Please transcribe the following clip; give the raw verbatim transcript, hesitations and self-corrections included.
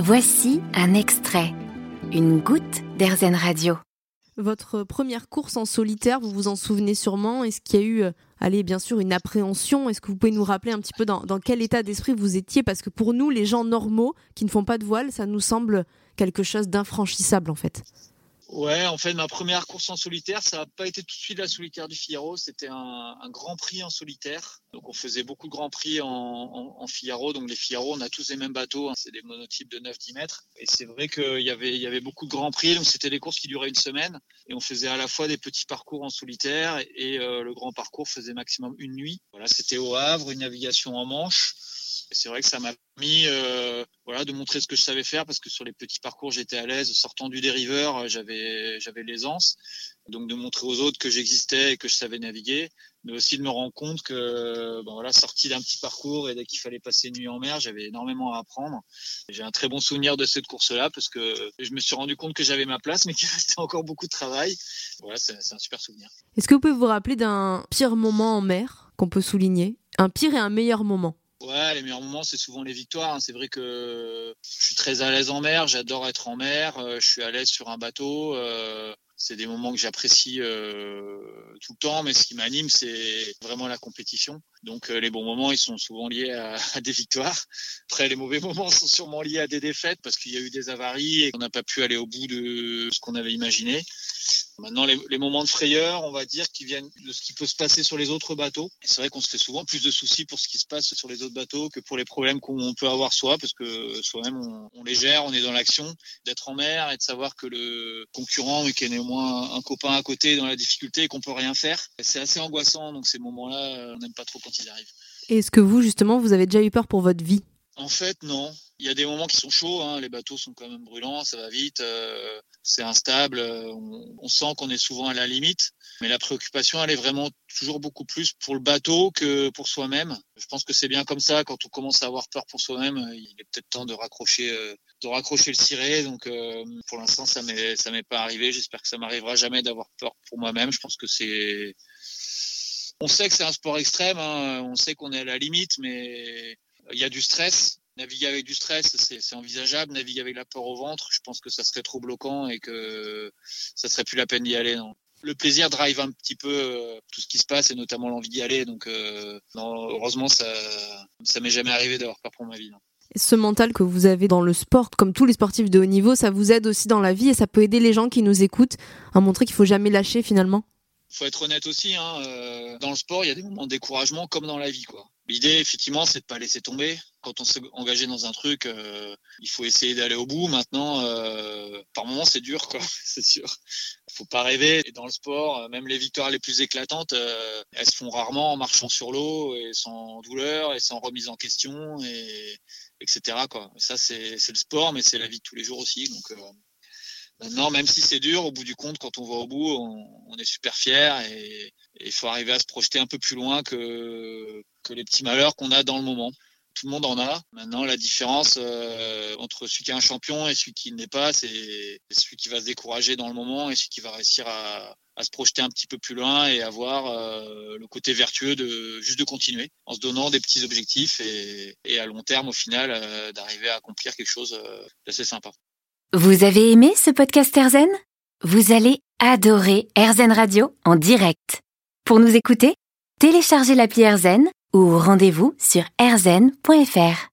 Voici un extrait, une goutte d'Airzen Radio. Votre première course en solitaire, vous vous en souvenez sûrement. Est-ce qu'il y a eu, euh, allez, bien sûr, une appréhension ? Est-ce que vous pouvez nous rappeler un petit peu dans, dans quel état d'esprit vous étiez ? Parce que pour nous, les gens normaux qui ne font pas de voile, ça nous semble quelque chose d'infranchissable en fait. Ouais, en fait, ma première course en solitaire, ça n'a pas été tout de suite la solitaire du Figaro, c'était un, un grand prix en solitaire. Donc, on faisait beaucoup de grands prix en, en, en Figaro. Donc, les Figaro, on a tous les mêmes bateaux, hein, c'est des monotypes de neuf dix mètres. Et c'est vrai qu'il y avait, il y avait beaucoup de grands prix, donc c'était des courses qui duraient une semaine. Et on faisait à la fois des petits parcours en solitaire et euh, le grand parcours faisait maximum une nuit. Voilà, c'était au Havre, une navigation en Manche. Et c'est vrai que ça m'a permis euh, voilà, de montrer ce que je savais faire parce que sur les petits parcours, j'étais à l'aise. Sortant du dériveur, j'avais, j'avais l'aisance. Donc de montrer aux autres que j'existais et que je savais naviguer. Mais aussi de me rendre compte que, bon, voilà, sorti d'un petit parcours et dès qu'il fallait passer une nuit en mer, j'avais énormément à apprendre. Et j'ai un très bon souvenir de cette course-là parce que je me suis rendu compte que j'avais ma place mais qu'il restait encore beaucoup de travail. Voilà, c'est, c'est un super souvenir. Est-ce que vous pouvez vous rappeler d'un pire moment en mer qu'on peut souligner ? Un pire et un meilleur moment ? Ouais, les meilleurs moments, c'est souvent les victoires. C'est vrai que je suis très à l'aise en mer, j'adore être en mer, je suis à l'aise sur un bateau. C'est des moments que j'apprécie euh, tout le temps, mais ce qui m'anime, c'est vraiment la compétition. Donc euh, les bons moments, ils sont souvent liés à, à des victoires. Après, les mauvais moments sont sûrement liés à des défaites parce qu'il y a eu des avaries et qu'on n'a pas pu aller au bout de ce qu'on avait imaginé. Maintenant, les, les moments de frayeur, on va dire, qui viennent de ce qui peut se passer sur les autres bateaux. Et c'est vrai qu'on se fait souvent plus de soucis pour ce qui se passe sur les autres bateaux que pour les problèmes qu'on peut avoir soi, parce que soi-même, on, on les gère, on est dans l'action. D'être en mer et de savoir que le concurrent, qui est néanmoins un copain à côté dans la difficulté et qu'on peut rien faire, c'est assez angoissant. Donc ces moments-là, on n'aime pas trop quand ils arrivent. Et est-ce que vous, justement, vous avez déjà eu peur pour votre vie ? En fait, non. Il y a des moments qui sont chauds, hein. Les bateaux sont quand même brûlants, ça va vite, euh, c'est instable, euh, on, on sent qu'on est souvent à la limite. Mais la préoccupation, elle est vraiment toujours beaucoup plus pour le bateau que pour soi-même. Je pense que c'est bien comme ça, quand on commence à avoir peur pour soi-même, il est peut-être temps de raccrocher, euh, de raccrocher le ciré. Donc, euh, pour l'instant, ça m'est, ça m'est pas arrivé. J'espère que ça m'arrivera jamais d'avoir peur pour moi-même. Je pense que c'est, on sait que c'est un sport extrême, hein. On sait qu'on est à la limite, mais il y a du stress. Naviguer avec du stress, c'est, c'est envisageable. Naviguer avec la peur au ventre, je pense que ça serait trop bloquant et que ça serait plus la peine d'y aller. Non. Le plaisir drive un petit peu euh, tout ce qui se passe et notamment l'envie d'y aller. Donc, euh, non, heureusement, ça, ça m'est jamais arrivé d'avoir peur pour ma vie. Non. Et ce mental que vous avez dans le sport, comme tous les sportifs de haut niveau, ça vous aide aussi dans la vie et ça peut aider les gens qui nous écoutent à montrer qu'il faut jamais lâcher finalement. Il faut être honnête aussi, hein, euh, dans le sport, il y a des moments de découragement comme dans la vie, quoi. L'idée, effectivement, c'est de pas laisser tomber. Quand on s'est engagé dans un truc, euh, il faut essayer d'aller au bout. Maintenant, euh, par moments, c'est dur, quoi. C'est sûr. Faut pas rêver. Et dans le sport, même les victoires les plus éclatantes, euh, elles se font rarement en marchant sur l'eau et sans douleur et sans remise en question et etc. quoi. Ça, c'est, c'est le sport, mais c'est la vie de tous les jours aussi. Donc, euh, maintenant, même si c'est dur, au bout du compte, quand on va au bout, on, on est super fiers et il faut arriver à se projeter un peu plus loin que, que les petits malheurs qu'on a dans le moment. Tout le monde en a. Maintenant, la différence euh, entre celui qui est un champion et celui qui ne l'est pas, c'est celui qui va se décourager dans le moment et celui qui va réussir à, à se projeter un petit peu plus loin et avoir euh, le côté vertueux de juste de continuer en se donnant des petits objectifs et, et à long terme, au final, euh, d'arriver à accomplir quelque chose euh, d'assez sympa. Vous avez aimé ce podcast Airzen ? Vous allez adorer Airzen Radio en direct. Pour nous écouter, téléchargez l'appli Airzen ou rendez-vous sur airzen point f r.